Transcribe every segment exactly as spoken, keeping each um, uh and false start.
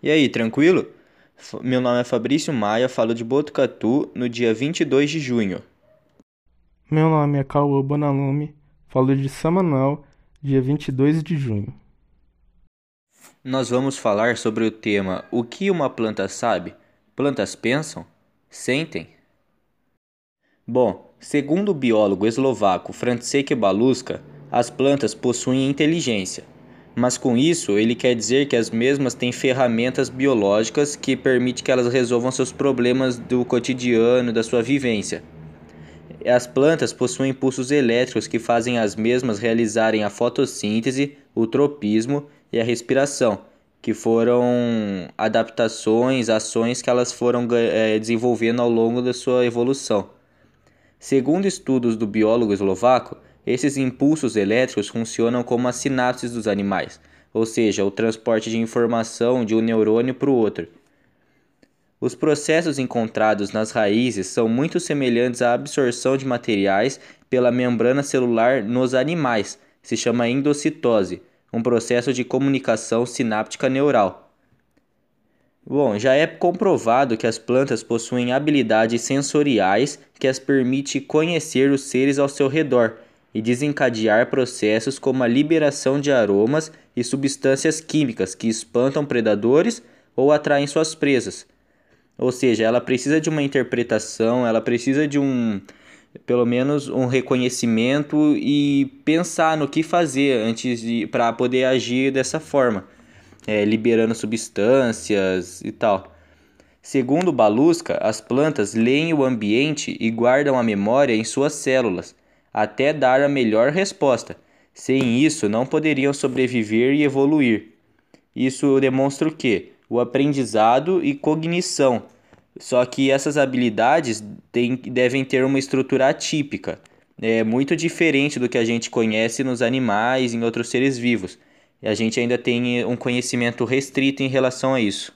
E aí, tranquilo? F- Meu nome é Fabrício Maia, falo de Botucatu no dia vinte e dois de junho. Meu nome é Cauã Bonalume, falo de São Manuel, dia vinte e dois de junho. Nós vamos falar sobre o tema O que uma planta sabe? Plantas pensam? Sentem? Bom, segundo o biólogo eslovaco Franciszek Baluska, as plantas possuem inteligência, mas com isso ele quer dizer que as mesmas têm ferramentas biológicas que permitem que elas resolvam seus problemas do cotidiano, da sua vivência. As plantas possuem impulsos elétricos que fazem as mesmas realizarem a fotossíntese, o tropismo e a respiração, que foram adaptações, ações que elas foram eh, desenvolvendo ao longo da sua evolução. Segundo estudos do biólogo eslovaco, esses impulsos elétricos funcionam como as sinapses dos animais, ou seja, o transporte de informação de um neurônio para o outro. Os processos encontrados nas raízes são muito semelhantes à absorção de materiais pela membrana celular nos animais, se chama endocitose, um processo de comunicação sináptica neural. Bom, já é comprovado que as plantas possuem habilidades sensoriais que as permite conhecer os seres ao seu redor e desencadear processos como a liberação de aromas e substâncias químicas que espantam predadores ou atraem suas presas. Ou seja, ela precisa de uma interpretação, ela precisa de um, pelo menos um reconhecimento e pensar no que fazer antes de, para poder agir dessa forma, é, liberando substâncias e tal. Segundo Baluska, as plantas leem o ambiente e guardam a memória em suas células, até dar a melhor resposta. Sem isso, não poderiam sobreviver e evoluir. Isso demonstra o quê? O aprendizado e cognição. Só que essas habilidades têm, devem ter uma estrutura atípica. É muito diferente do que a gente conhece nos animais e em outros seres vivos. E a gente ainda tem um conhecimento restrito em relação a isso.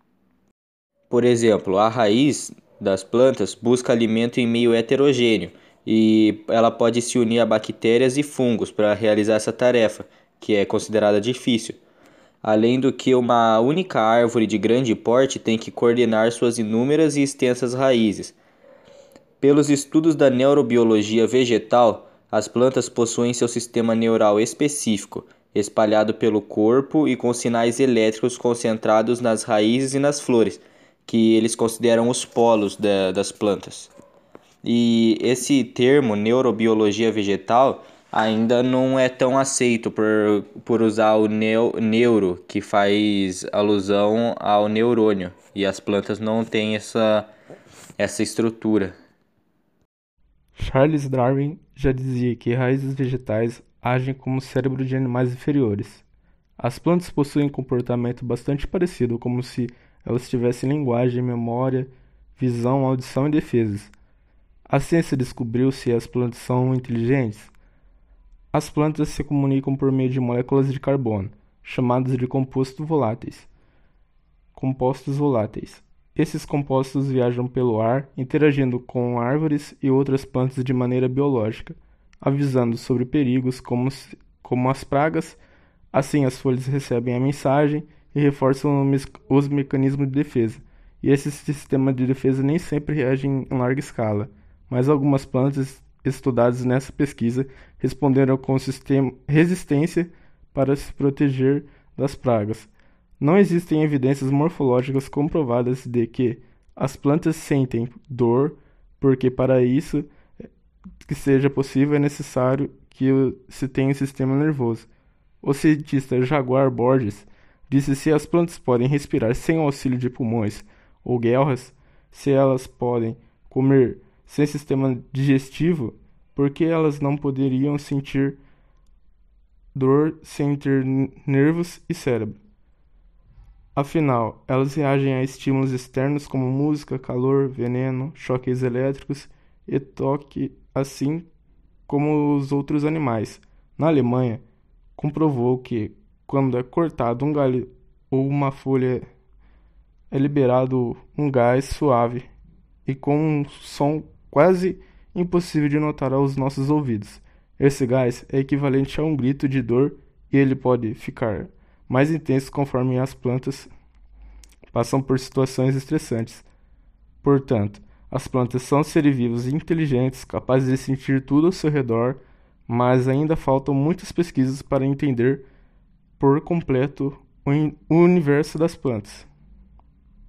Por exemplo, a raiz das plantas busca alimento em meio heterogêneo e ela pode se unir a bactérias e fungos para realizar essa tarefa, que é considerada difícil. Além do que uma única árvore de grande porte tem que coordenar suas inúmeras e extensas raízes. Pelos estudos da neurobiologia vegetal, as plantas possuem seu sistema neural específico, espalhado pelo corpo e com sinais elétricos concentrados nas raízes e nas flores, que eles consideram os polos da- das plantas. E esse termo, neurobiologia vegetal, ainda não é tão aceito por, por usar o neo, neuro, que faz alusão ao neurônio. E as plantas não têm essa, essa estrutura. Charles Darwin já dizia que raízes vegetais agem como o cérebro de animais inferiores. As plantas possuem comportamento bastante parecido, como se elas tivessem linguagem, memória, visão, audição e defesas. A ciência descobriu se as plantas são inteligentes. As plantas se comunicam por meio de moléculas de carbono, chamadas de compostos voláteis. Compostos voláteis. Esses compostos viajam pelo ar, interagindo com árvores e outras plantas de maneira biológica, avisando sobre perigos como, se- como as pragas. Assim, as folhas recebem a mensagem e reforçam o mes- os mecanismos de defesa. E esse sistema de defesa nem sempre reage em larga escala, mas algumas plantas estudadas nessa pesquisa responderam com sistema resistência para se proteger das pragas. Não existem evidências morfológicas comprovadas de que as plantas sentem dor, porque para isso que seja possível é necessário que se tenha um sistema nervoso. O cientista Jaguar Borges disse se as plantas podem respirar sem o auxílio de pulmões ou guelras, se elas podem comer sem sistema digestivo, por que elas não poderiam sentir dor sem ter nervos e cérebro? Afinal, elas reagem a estímulos externos como música, calor, veneno, choques elétricos e toque, assim como os outros animais. Na Alemanha, comprovou que, quando é cortado um galho ou uma folha, é liberado um gás suave e com um som quase impossível de notar aos nossos ouvidos. Esse gás é equivalente a um grito de dor e ele pode ficar mais intenso conforme as plantas passam por situações estressantes. Portanto, as plantas são seres vivos inteligentes, capazes de sentir tudo ao seu redor, mas ainda faltam muitas pesquisas para entender por completo o universo das plantas.